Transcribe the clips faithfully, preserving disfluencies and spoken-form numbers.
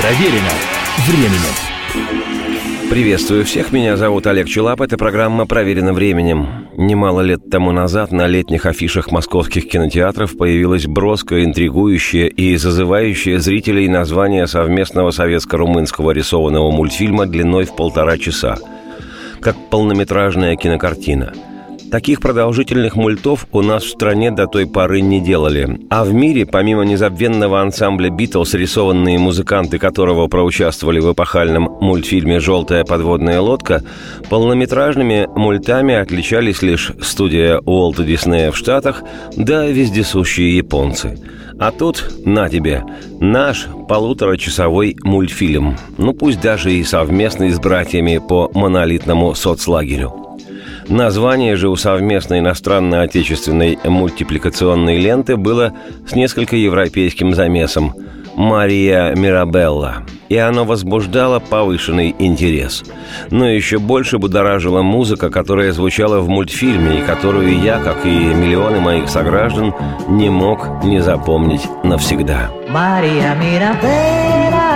Проверено временем. Приветствую всех, меня зовут Олег Челап, это программа «Проверено временем». Немало лет тому назад на летних афишах московских кинотеатров появилось броское, интригующее и зазывающее зрителей название совместного советско-румынского рисованного мультфильма длиной в полтора часа, как полнометражная кинокартина. Таких продолжительных мультов у нас в стране до той поры не делали. А в мире, помимо незабвенного ансамбля «Битлз», рисованные музыканты которого проучаствовали в эпохальном мультфильме «Желтая подводная лодка», полнометражными мультами отличались лишь студия Уолта Диснея в Штатах да вездесущие японцы. А тут, на тебе, наш полуторачасовой мультфильм, ну пусть даже и совместный с братьями по монолитному соцлагерю. Название же у совместной иностранно-отечественной мультипликационной ленты было с несколько европейским замесом «Мария Мирабелла», и оно возбуждало повышенный интерес. Но еще больше будоражила музыка, которая звучала в мультфильме, и которую я, как и миллионы моих сограждан, не мог не запомнить навсегда. Мария Мирабелла,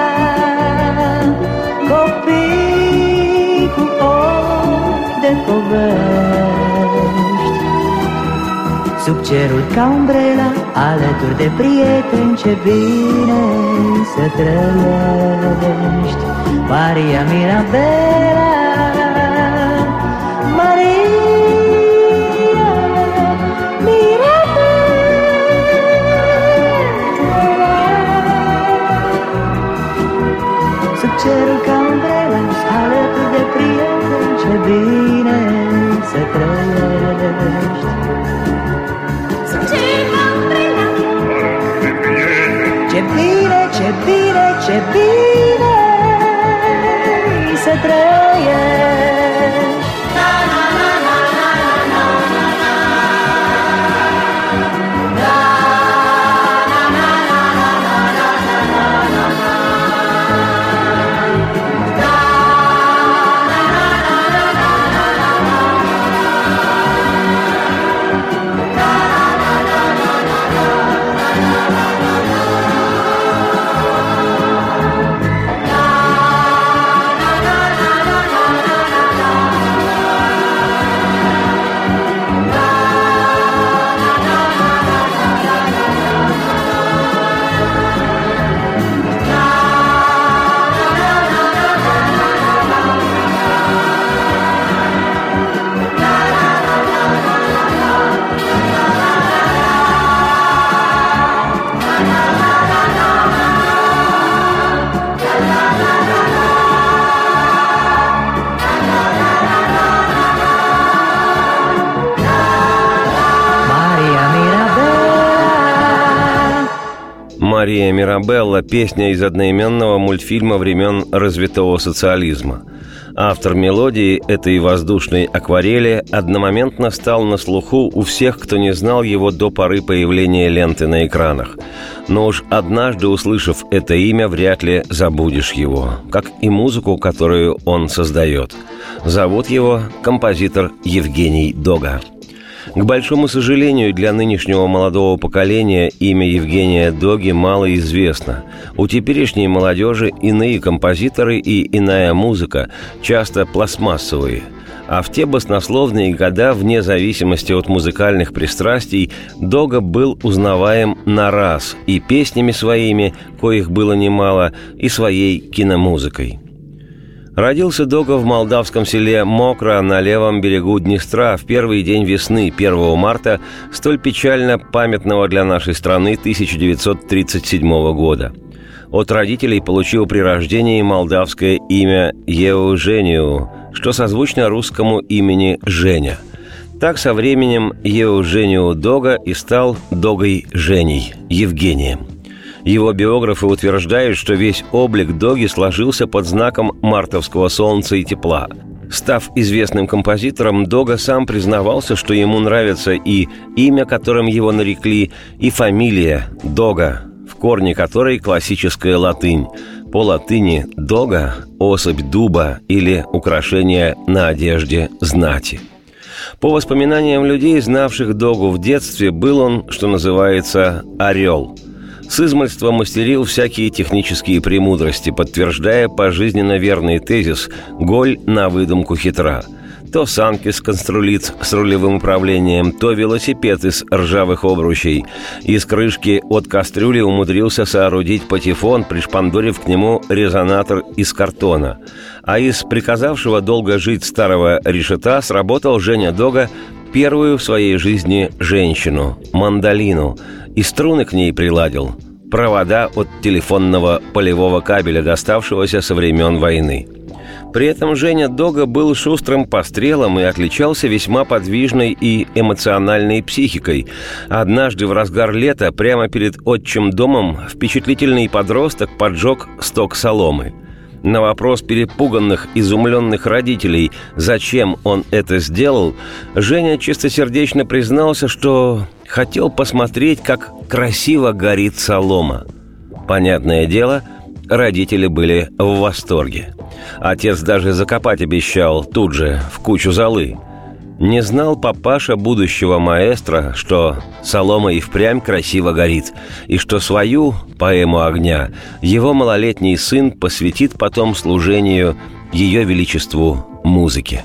de povești, sub cerul ca umbrela, alături de prieteni, ce bine să trăiești. Maria Mirabela, Maria Mirabela, sub cerul ca umbrela, alături de prieteni, ce bine să trăiești. Ce bine, ce bine, ce bine să trăiești. Na, na, na, na, na, na, na, na. Na, na, na, na, na, na, na, na, na. «Мария Мирабелла» – песня из одноименного мультфильма времен развитого социализма. Автор мелодии этой воздушной акварели одномоментно стал на слуху у всех, кто не знал его до поры появления ленты на экранах. Но уж однажды, услышав это имя, вряд ли забудешь его, как и музыку, которую он создает. Зовут его композитор Евгений Дога. К большому сожалению, для нынешнего молодого поколения имя Евгения Доги мало известно. У теперешней молодежи иные композиторы и иная музыка, часто пластмассовые. А в те баснословные года, вне зависимости от музыкальных пристрастий, Дога был узнаваем на раз и песнями своими, коих было немало, и своей киномузыкой. Родился Дога в молдавском селе Мокра на левом берегу Днестра в первый день весны, первого марта, столь печально памятного для нашей страны тысяча девятьсот тридцать седьмого года. От родителей получил при рождении молдавское имя Еужeniu, что созвучно русскому имени Женя. Так со временем Еужeniu Дога и стал Догой Женей, Евгением. Его биографы утверждают, что весь облик Доги сложился под знаком мартовского солнца и тепла. Став известным композитором, Дога сам признавался, что ему нравится и имя, которым его нарекли, и фамилия Дога, в корне которой классическая латынь. По латыни «дога» – особь дуба или украшение на одежде знати. По воспоминаниям людей, знавших Догу в детстве, был он, что называется, орел. С измальства мастерил всякие технические премудрости, подтверждая пожизненно верный тезис «голь на выдумку хитра». То санки сконструит с рулевым управлением, то велосипед из ржавых обручей. Из крышки от кастрюли умудрился соорудить патефон, пришпандорив к нему резонатор из картона. А из приказавшего долго жить старого решета сработал Женя Дога первую в своей жизни женщину – мандолину, и струны к ней приладил. Провода от телефонного полевого кабеля, доставшегося со времен войны. При этом Женя Дога был шустрым пострелом и отличался весьма подвижной и эмоциональной психикой. Однажды в разгар лета прямо перед отчим домом впечатлительный подросток поджег сток соломы. На вопрос перепуганных, изумленных родителей, зачем он это сделал, Женя чистосердечно признался, что хотел посмотреть, как красиво горит солома. Понятное дело, родители были в восторге. Отец даже закопать обещал тут же, в кучу золы. Не знал папаша будущего маэстро, что солома и впрямь красиво горит, и что свою поэму огня его малолетний сын посвятит потом служению ее величеству музыке.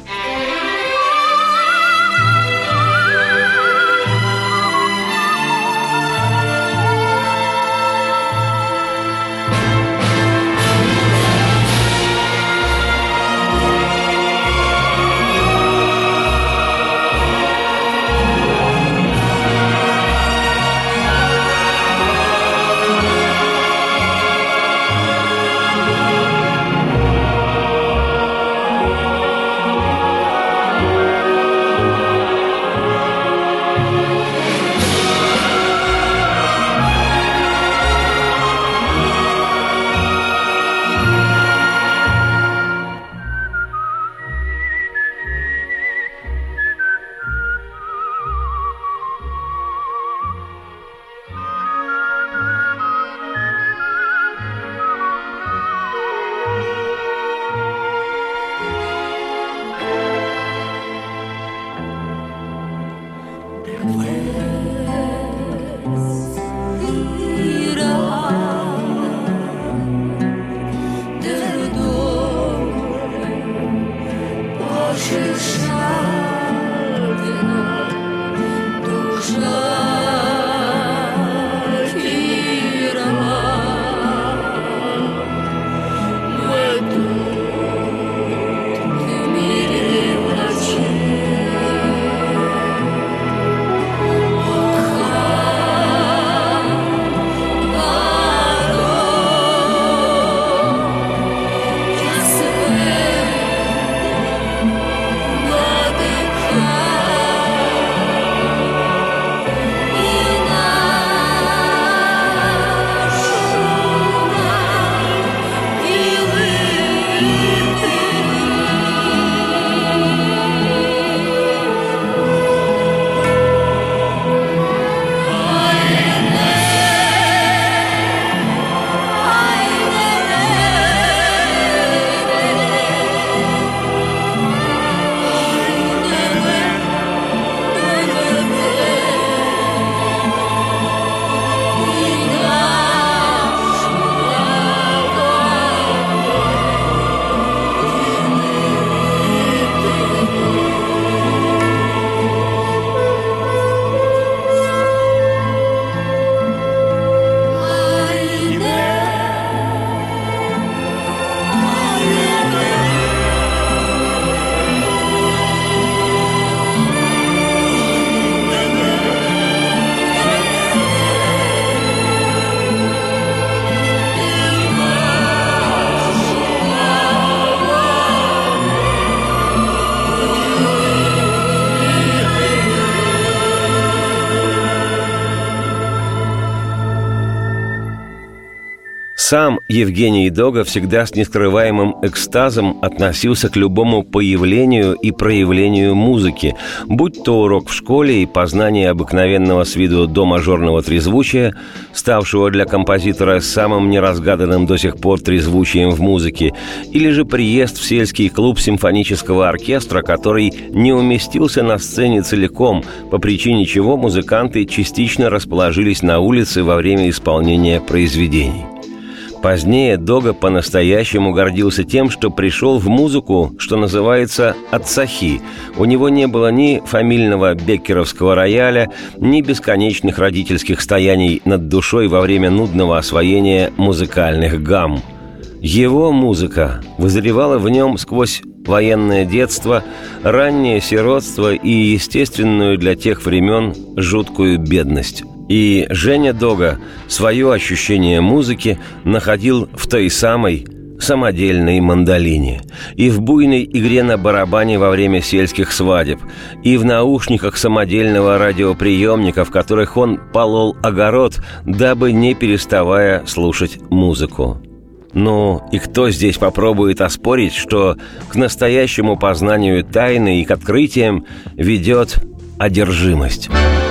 Сам Евгений Дога всегда с нескрываемым экстазом относился к любому появлению и проявлению музыки, будь то урок в школе и познание обыкновенного с виду до-мажорного трезвучия, ставшего для композитора самым неразгаданным до сих пор трезвучием в музыке, или же приезд в сельский клуб симфонического оркестра, который не уместился на сцене целиком, по причине чего музыканты частично расположились на улице во время исполнения произведений. Позднее Дога по-настоящему гордился тем, что пришел в музыку, что называется, от сахи. У него не было ни фамильного беккеровского рояля, ни бесконечных родительских стояний над душой во время нудного освоения музыкальных гамм. Его музыка вызревала в нем сквозь военное детство, раннее сиротство и естественную для тех времен жуткую бедность. И Женя Дога свое ощущение музыки находил в той самой самодельной мандолине, и в буйной игре на барабане во время сельских свадеб, и в наушниках самодельного радиоприемника, в которых он полол огород, дабы не переставая слушать музыку. Ну, и кто здесь попробует оспорить, что к настоящему познанию тайны и к открытиям ведет одержимость?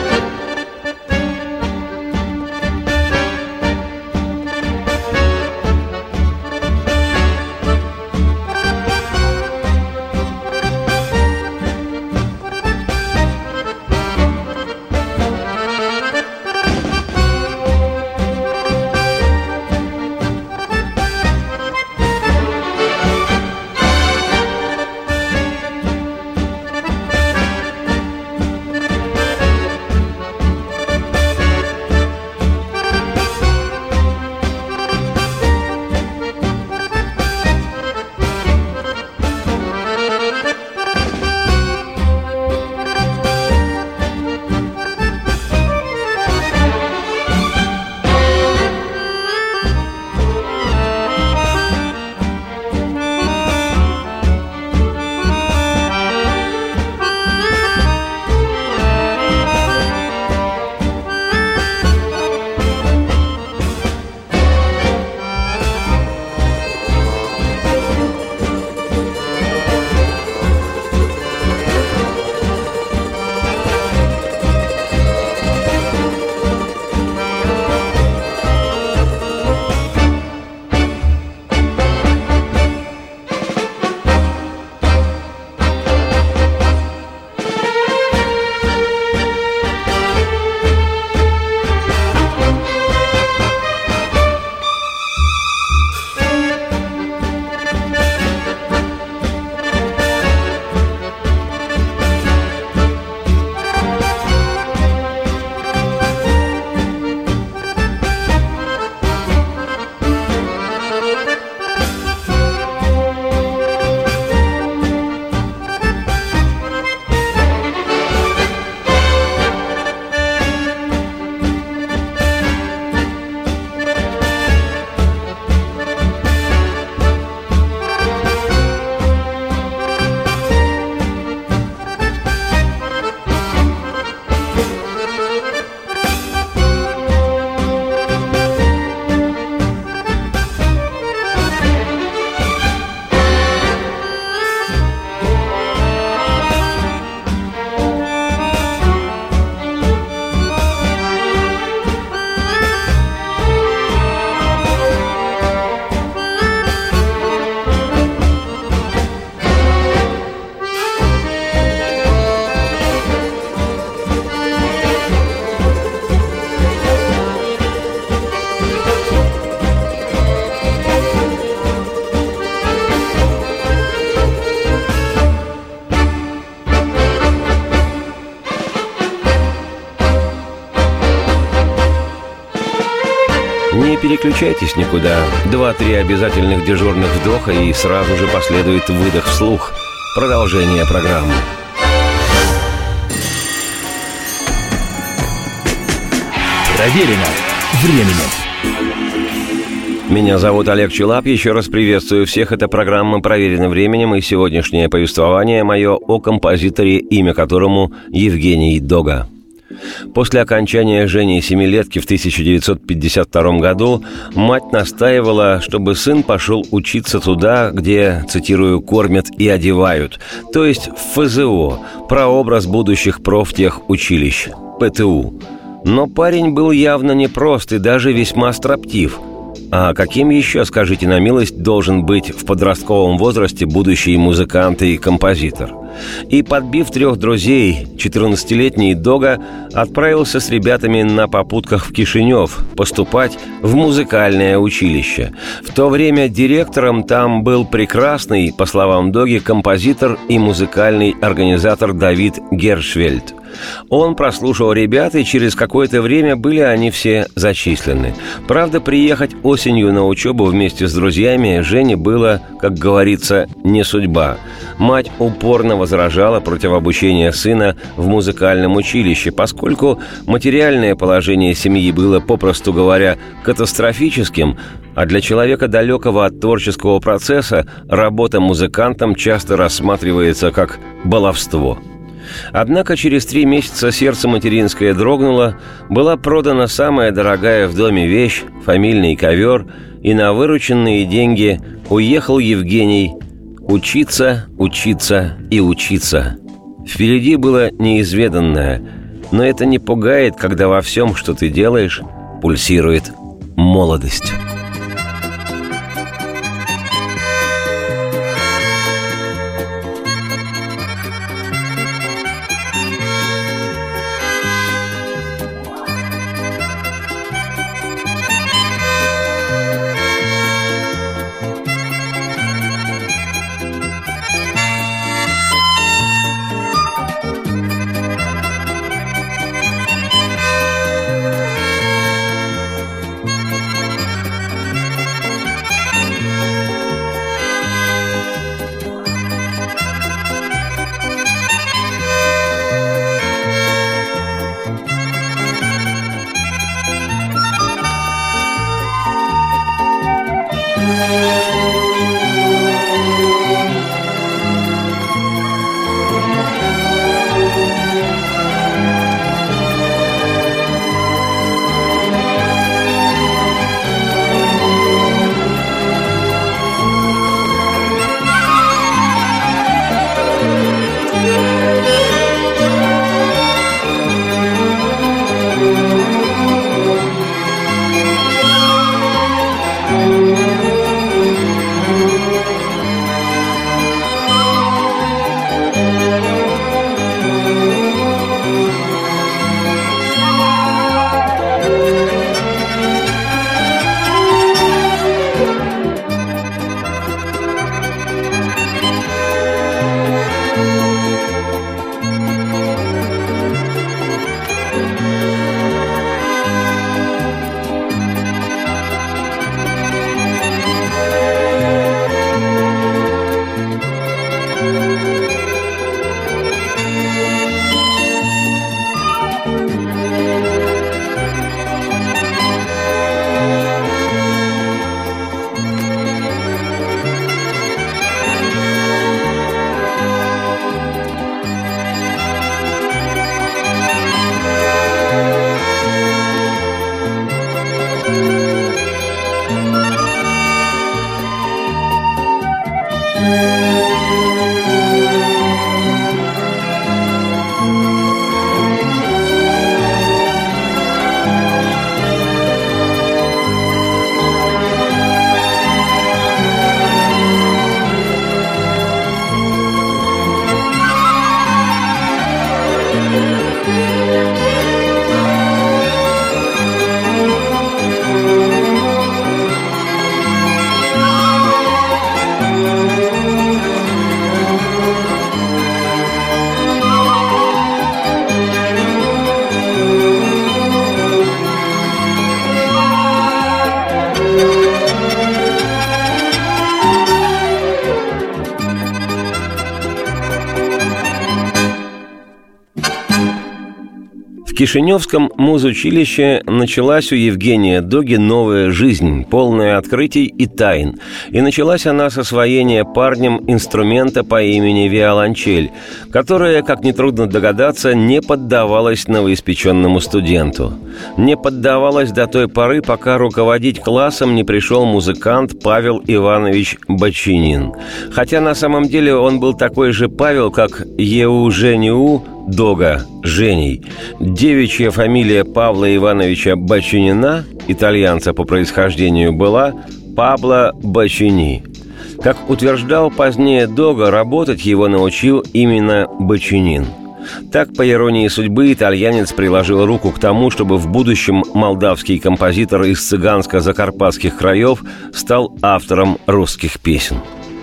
Не переключайтесь никуда. Два-три обязательных дежурных вдоха, и сразу же последует выдох вслух. Продолжение программы. Проверено временем. Меня зовут Олег Челап. Еще раз приветствую всех. Это программа «Проверено временем», и сегодняшнее повествование мое о композиторе, имя которому Евгений Дога. После окончания Женей семилетки в тысяча девятьсот пятьдесят втором году мать настаивала, чтобы сын пошел учиться туда, где, цитирую, «кормят и одевают», то есть в эф зэ о, прообраз будущих профтехучилищ, пэ тэ у. Но парень был явно непрост и даже весьма строптив. А каким еще, скажите на милость, должен быть в подростковом возрасте будущий музыкант и композитор? И, подбив трех друзей, четырнадцатилетний Дога отправился с ребятами на попутках в Кишинев поступать в музыкальное училище. В то время директором там был прекрасный, по словам Доги, композитор и музыкальный организатор Давид Гершвельд. Он прослушал ребят, и через какое-то время были они все зачислены. Правда, приехать осенью на учебу вместе с друзьями Жене было, как говорится, не судьба. Мать упорно возражала против обучения сына в музыкальном училище, поскольку материальное положение семьи было, попросту говоря, катастрофическим, а для человека, далекого от творческого процесса, работа музыкантом часто рассматривается как баловство. Однако через три месяца сердце материнское дрогнуло, была продана самая дорогая в доме вещь, фамильный ковер, и на вырученные деньги уехал Евгений учиться, учиться и учиться. Впереди было неизведанное, но это не пугает, когда во всем, что ты делаешь, пульсирует молодость. В Кишиневском музучилище началась у Евгения Доги новая жизнь, полная открытий и тайн. И началась она с освоения парнем инструмента по имени виолончель, которая, как нетрудно догадаться, не поддавалась новоиспеченному студенту. Не поддавалась до той поры, пока руководить классом не пришел музыкант Павел Иванович Бочинин. Хотя на самом деле он был такой же Павел, как Еужениу Дога Женей. Девичья фамилия Павла Ивановича Бочинина, итальянца по происхождению, была Пабло Бочини. Как утверждал позднее Дога, работать его научил именно Бочинин. Так, по иронии судьбы, итальянец приложил руку к тому, чтобы в будущем молдавский композитор из цыганско-закарпатских краев стал автором русских песен.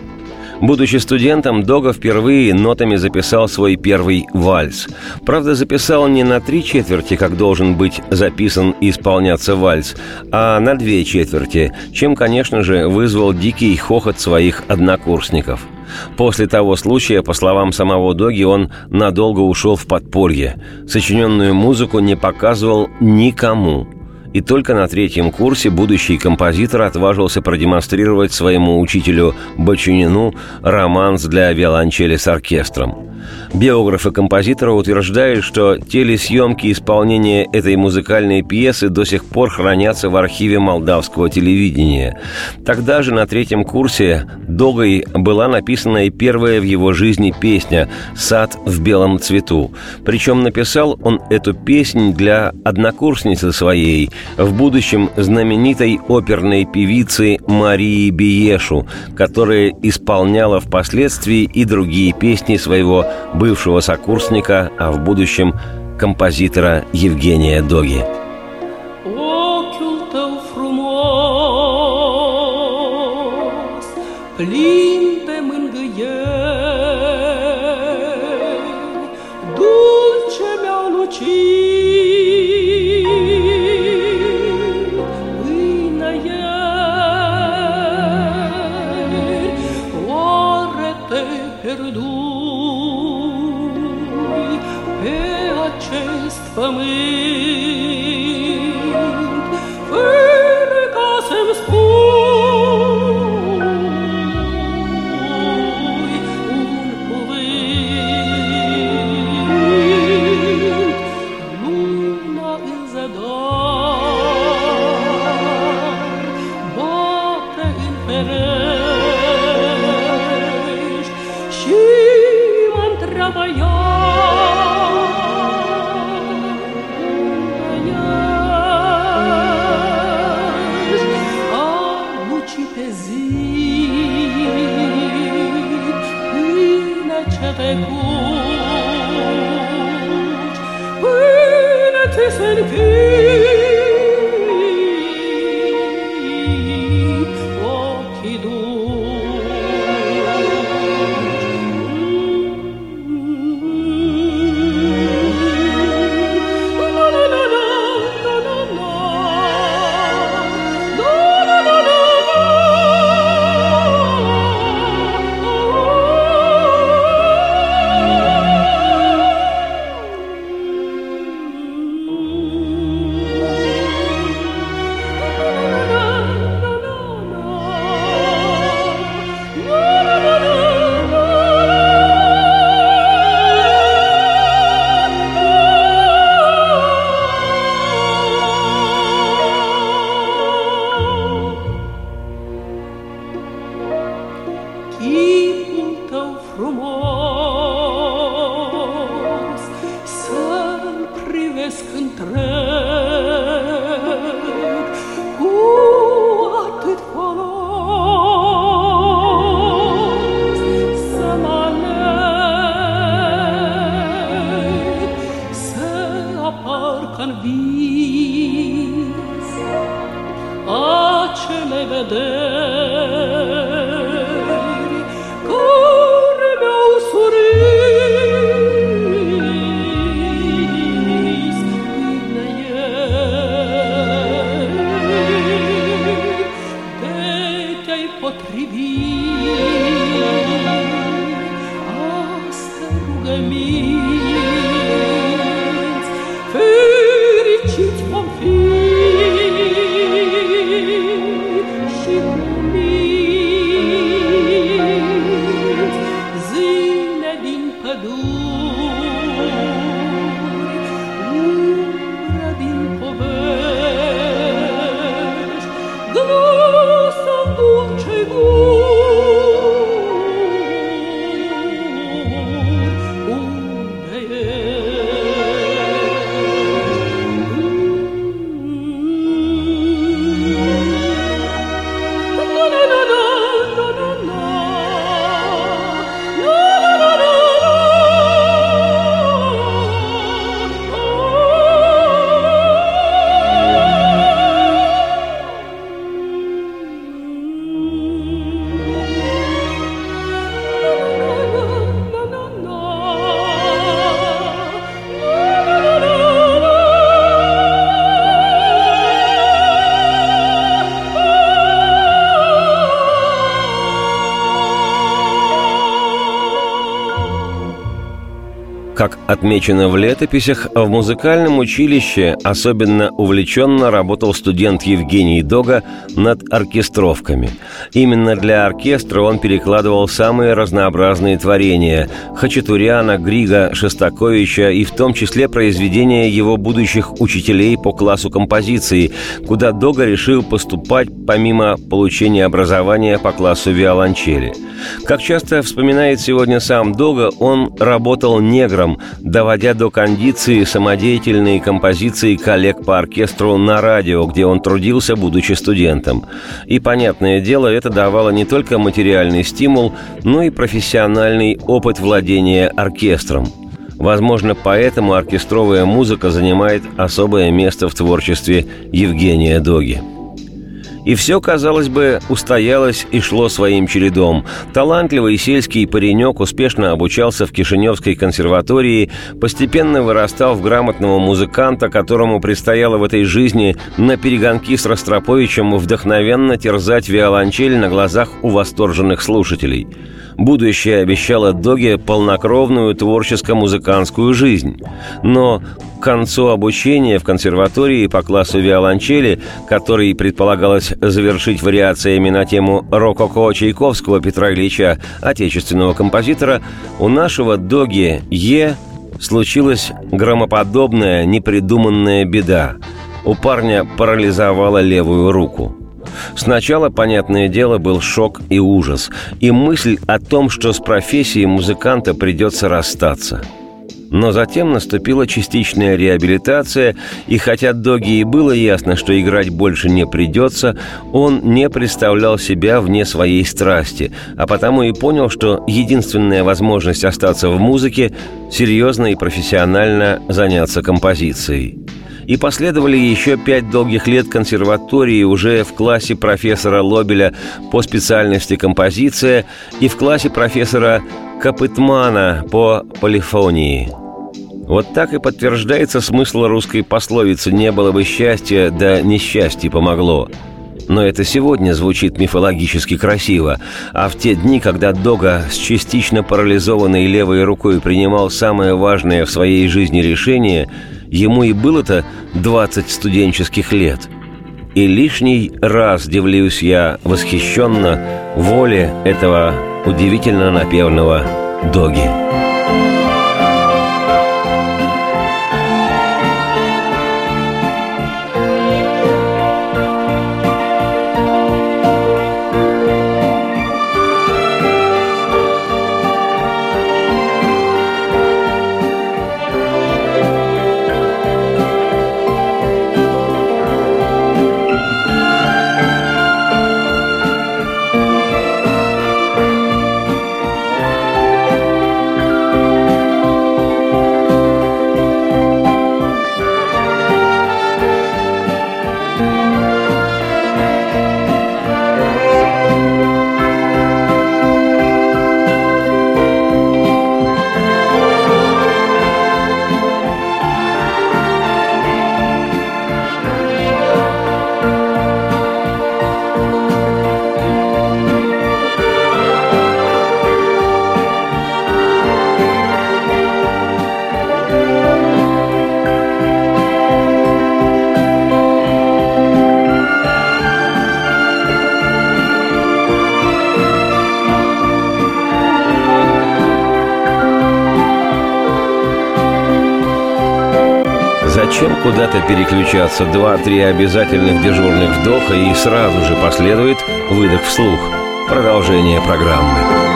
Будучи студентом, Дога впервые нотами записал свой первый вальс. Правда, записал не на три четверти, как должен быть записан и исполняться вальс, а на две четверти, чем, конечно же, вызвал дикий хохот своих однокурсников. После того случая, по словам самого Доги, он надолго ушел в подполье. Сочиненную музыку не показывал никому. И только на третьем курсе будущий композитор отважился продемонстрировать своему учителю Бочинину романс для виолончели с оркестром. Биографы композитора утверждают, что телесъемки исполнения этой музыкальной пьесы до сих пор хранятся в архиве молдавского телевидения. Тогда же на третьем курсе Догой была написана и первая в его жизни песня «Сад в белом цвету». Причем написал он эту песнь для однокурсницы своей, в будущем знаменитой оперной певицы Марии Биешу, которая исполняла впоследствии и другие песни своего бывшего сокурсника, а в будущем композитора Евгения Доги. Asta rugăminți, Как отмечено в летописях, в музыкальном училище особенно увлеченно работал студент Евгений Дога над оркестровками. Именно для оркестра он перекладывал самые разнообразные творения – Хачатуряна, Грига, Шостаковича и в том числе произведения его будущих учителей по классу композиции, куда Дога решил поступать помимо получения образования по классу виолончели. Как часто вспоминает сегодня сам Дога, он работал негром, доводя до кондиции самодеятельные композиции коллег по оркестру на радио, где он трудился, будучи студентом. И, понятное дело, это давало не только материальный стимул, но и профессиональный опыт владения оркестром. Возможно, поэтому оркестровая музыка занимает особое место в творчестве Евгения Доги. И все, казалось бы, устоялось и шло своим чередом. Талантливый сельский паренек успешно обучался в Кишиневской консерватории, постепенно вырастал в грамотного музыканта, которому предстояло в этой жизни на перегонки с Ростроповичем вдохновенно терзать виолончель на глазах у восторженных слушателей. Будущее обещало Доге полнокровную творческо-музыкантскую жизнь. Но к концу обучения в консерватории по классу виолончели, который предполагалось завершить вариациями на тему рококо Чайковского Петра Ильича, отечественного композитора, у нашего Доги Е случилась громоподобная непридуманная беда. У парня парализовала левую руку. Сначала, понятное дело, был шок и ужас, и мысль о том, что с профессией музыканта придется расстаться. Но затем наступила частичная реабилитация, и хотя Доге и было ясно, что играть больше не придется, он не представлял себя вне своей страсти, а потому и понял, что единственная возможность остаться в музыке – серьезно и профессионально заняться композицией. И последовали еще пять долгих лет консерватории уже в классе профессора Лобеля по специальности композиция и в классе профессора Копытмана по полифонии. Вот так и подтверждается смысл русской пословицы «не было бы счастья, да несчастье помогло». Но это сегодня звучит мифологически красиво, а в те дни, когда Дога с частично парализованной левой рукой принимал самое важное в своей жизни решение, ему и было-то двадцать студенческих лет. И лишний раз дивлюсь я восхищенно воле этого удивительно напевного Доги. Зачем куда-то переключаться? Два-три обязательных дежурных вдоха, и сразу же последует выдох вслух. Продолжение программы.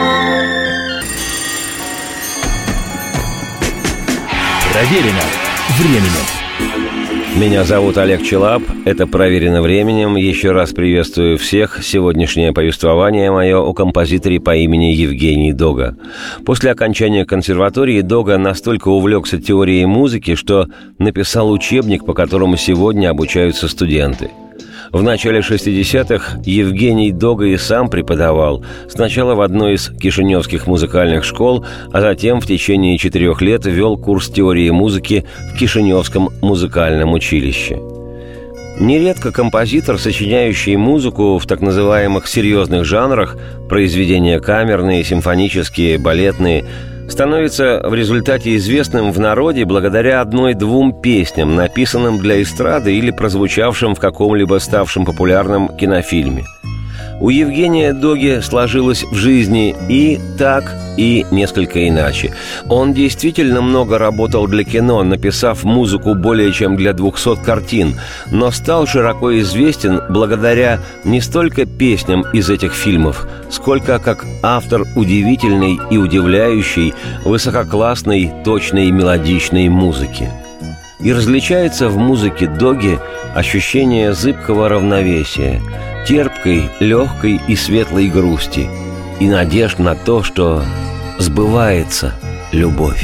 Проверено временем. Меня зовут Олег Челап. Это «Проверено временем». Еще раз приветствую всех. Сегодняшнее повествование мое о композиторе по имени Евгений Дога. После окончания консерватории Дога настолько увлекся теорией музыки, что написал учебник, по которому сегодня обучаются студенты. В начале шестидесятых Евгений Дога и сам преподавал, сначала в одной из кишиневских музыкальных школ, а затем в течение четырех лет вел курс теории музыки в Кишиневском музыкальном училище. Нередко композитор, сочиняющий музыку в так называемых серьезных жанрах, произведения камерные, симфонические, балетные, становится в результате известным в народе благодаря одной-двум песням, написанным для эстрады или прозвучавшим в каком-либо ставшем популярном кинофильме. У Евгения Доги сложилось в жизни и так, и несколько иначе. Он действительно много работал для кино, написав музыку более чем для двухсот картин, но стал широко известен благодаря не столько песням из этих фильмов, сколько как автор удивительной и удивляющей, высококлассной, точной и мелодичной музыки. И различается в музыке Доги ощущение зыбкого равновесия, терпкой, легкой и светлой грусти и надежд на то, что сбывается любовь.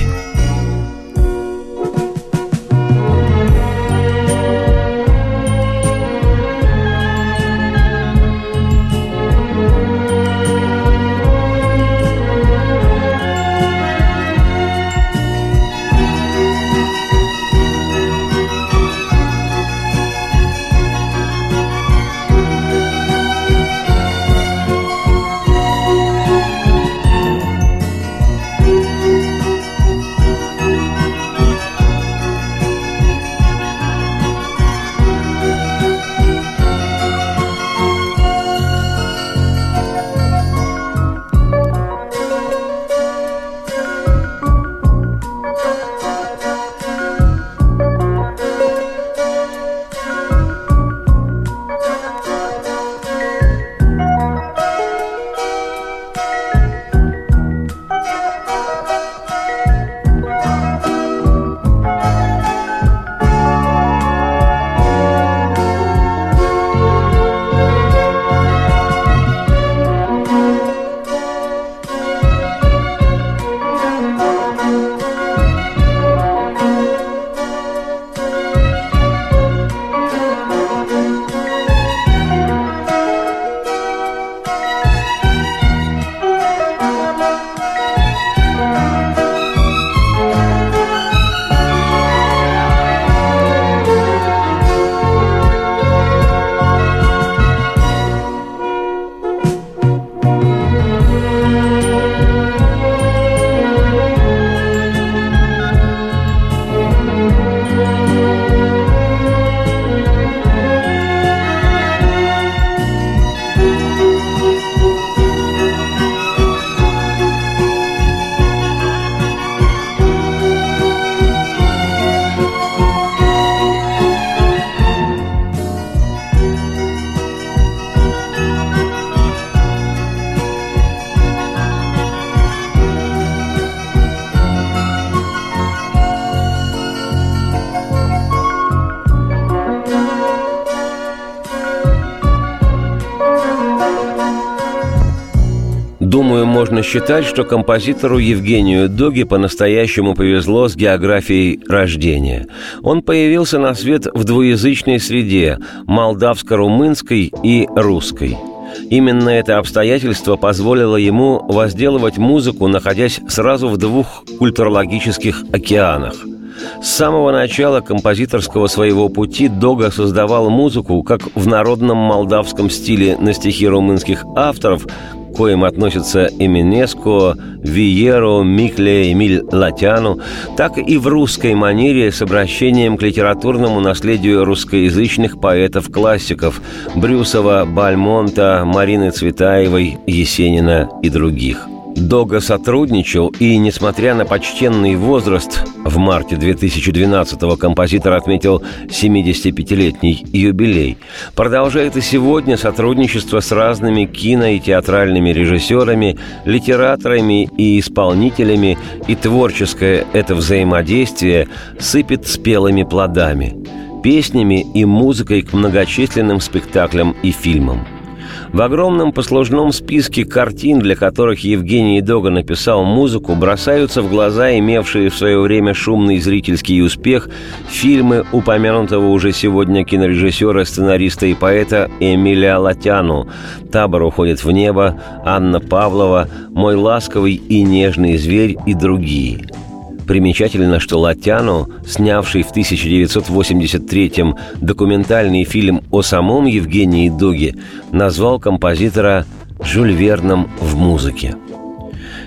Думаю, можно считать, что композитору Евгению Доги по-настоящему повезло с географией рождения. Он появился на свет в двуязычной среде – молдавско-румынской и русской. Именно это обстоятельство позволило ему возделывать музыку, находясь сразу в двух культурологических океанах. С самого начала композиторского своего пути Дога создавал музыку как в народном молдавском стиле на стихи румынских авторов, к коим относятся Эминеско, Виеро, Микле, Эмиль Латяну, так и в русской манере с обращением к литературному наследию русскоязычных поэтов-классиков Брюсова, Бальмонта, Марины Цветаевой, Есенина и других. Дога сотрудничал, и, несмотря на почтенный возраст, в марте две тысячи двенадцатого композитор отметил семидесятипятилетний юбилей, продолжает и сегодня сотрудничество с разными кино- и театральными режиссерами, литераторами и исполнителями, и творческое это взаимодействие сыпет спелыми плодами, песнями и музыкой к многочисленным спектаклям и фильмам. В огромном послужном списке картин, для которых Евгений Дога написал музыку, бросаются в глаза имевшие в свое время шумный зрительский успех фильмы упомянутого уже сегодня кинорежиссера, сценариста и поэта Эмиля Латяну «Табор уходит в небо», «Анна Павлова», «Мой ласковый и нежный зверь» и другие. Примечательно, что Латяну, снявший в тысяча девятьсот восемьдесят третьем документальный фильм о самом Евгении Доге, назвал композитора «Жюль Верном в музыке».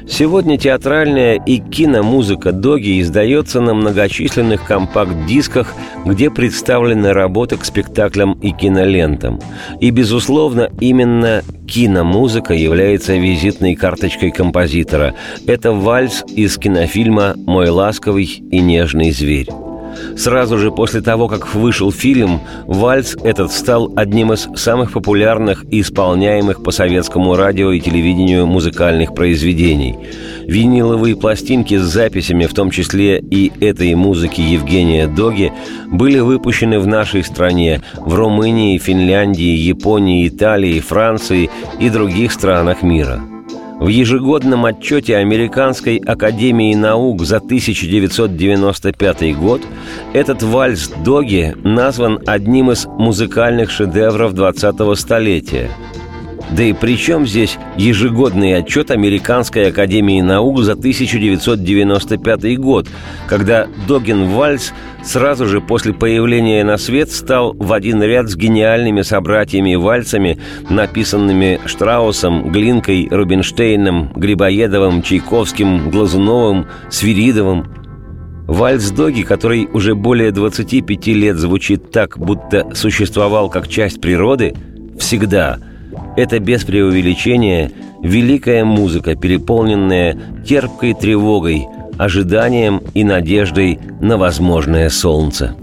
Сегодня театральная и киномузыка Доги издается на многочисленных компакт-дисках, где представлены работы к спектаклям и кинолентам. И, безусловно, именно киномузыка является визитной карточкой композитора. Это вальс из кинофильма «Мой ласковый и нежный зверь». Сразу же после того, как вышел фильм, вальс этот стал одним из самых популярных и исполняемых по советскому радио и телевидению музыкальных произведений. Виниловые пластинки с записями, в том числе и этой музыки Евгения Доги, были выпущены в нашей стране, в Румынии, Финляндии, Японии, Италии, Франции и других странах мира. В ежегодном отчете Американской академии наук за тысяча девятьсот девяносто пятый год этот вальс Доги назван одним из музыкальных шедевров двадцатого столетия. Да и при чем здесь ежегодный отчет Американской академии наук за тысяча девятьсот девяносто пятый год, когда Догин вальс сразу же после появления на свет стал в один ряд с гениальными собратьями-вальсами, написанными Штраусом, Глинкой, Рубинштейном, Грибоедовым, Чайковским, Глазуновым, Свиридовым. Вальс Доги, который уже более двадцати пяти лет звучит так, будто существовал как часть природы, всегда – это без преувеличения великая музыка, переполненная терпкой тревогой, ожиданием и надеждой на возможное солнце.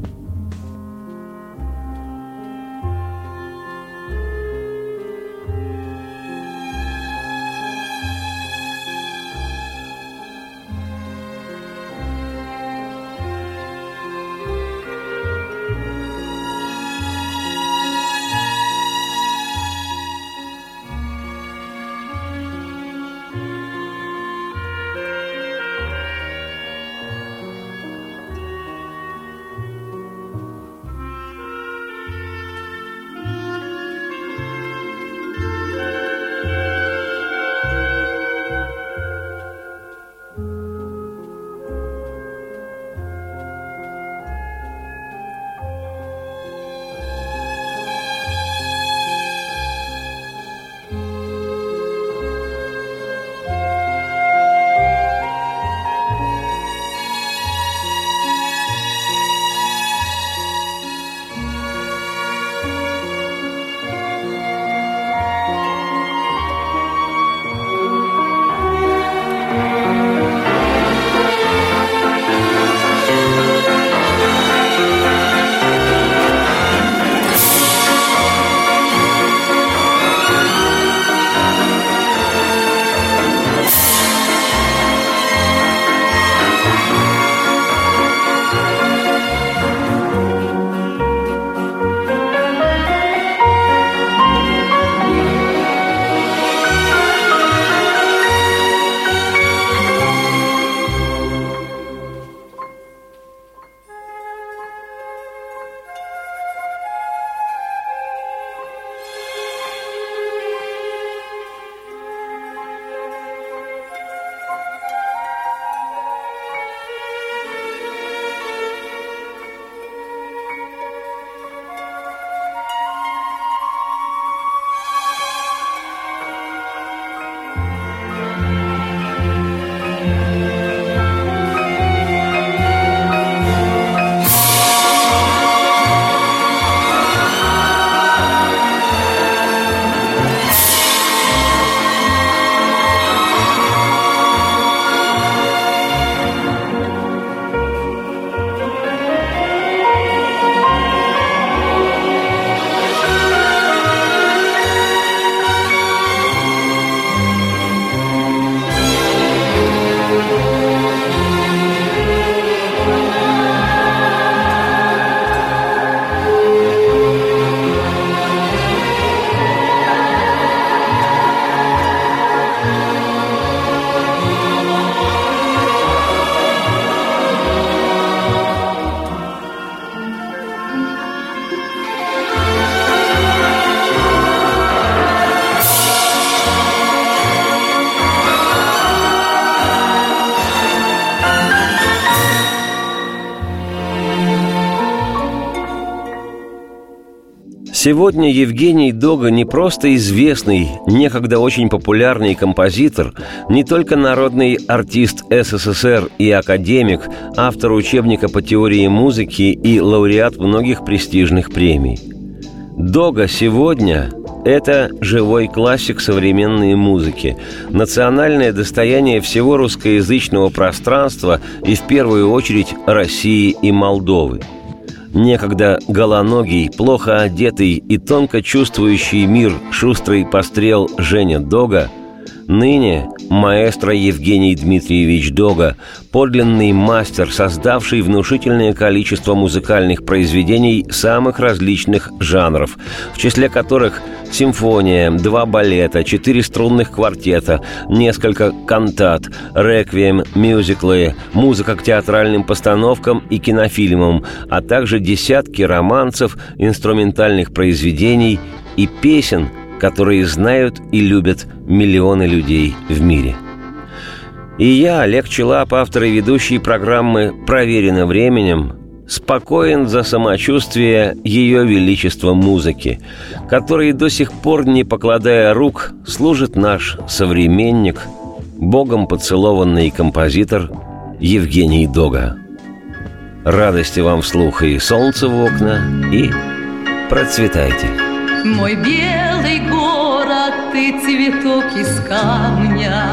Сегодня Евгений Дога не просто известный, некогда очень популярный композитор, не только народный артист СССР и академик, автор учебника по теории музыки и лауреат многих престижных премий. Дога сегодня – это живой классик современной музыки, национальное достояние всего русскоязычного пространства и, в первую очередь, России и Молдовы. Некогда голоногий, плохо одетый и тонко чувствующий мир шустрый пострел Женя Дога, ныне маэстро Евгений Дмитриевич Дога, подлинный мастер, создавший внушительное количество музыкальных произведений самых различных жанров, в числе которых симфония, два балета, четыре струнных квартета, несколько кантат, реквием, мюзиклы, музыка к театральным постановкам и кинофильмам, а также десятки романсов, инструментальных произведений и песен, которые знают и любят миллионы людей в мире. И я, Олег Челап, автор и ведущий программы «Проверено временем», спокоен за самочувствие Ее Величества музыки, которой до сих пор, не покладая рук, служит наш современник, богом поцелованный композитор Евгений Дога. Радости вам вслух и солнца в окна, и процветайте! Мой белый город, ты цветок из камня,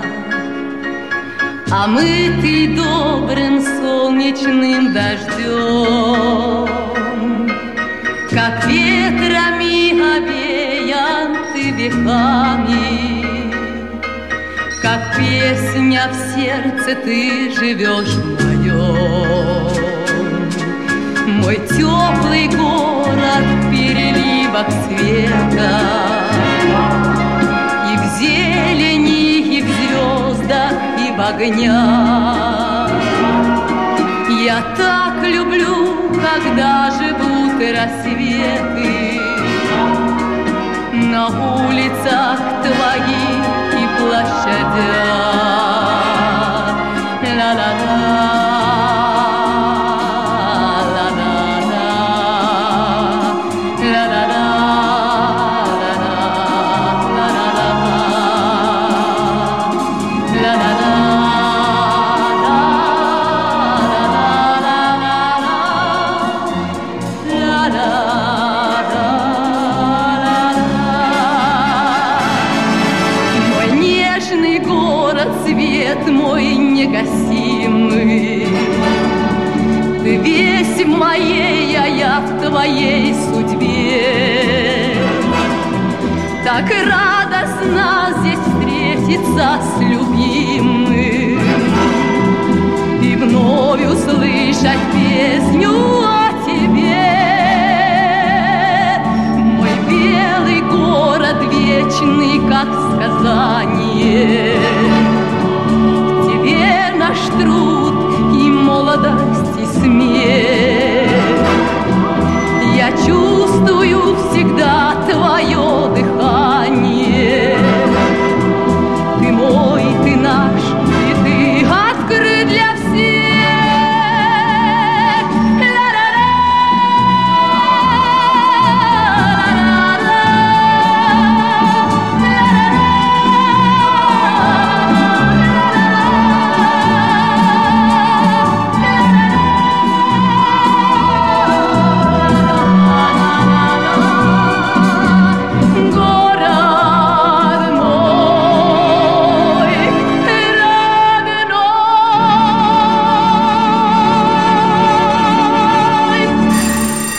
омытый добрым солнечным дождем. Как ветрами овеян ты веками, как песня в сердце ты живешь моем. Мой теплый город в переливах света, и в зелени, и в звездах, и в огнях. Я так люблю, когда живут рассветы на улицах твоих и площадях. Ла-ла-ла. Свет мой негасимый, ты весь в моей, а я в твоей судьбе. Так радостно здесь встретиться с любимым и вновь услышать песню о тебе. Мой белый город вечный, как сказание, наш труд и молодость и смех. Я чувствую всегда твое дыхание. Ты мой, ты наш, и ты открыт для всех.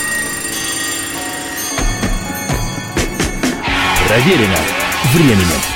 Проверено временем.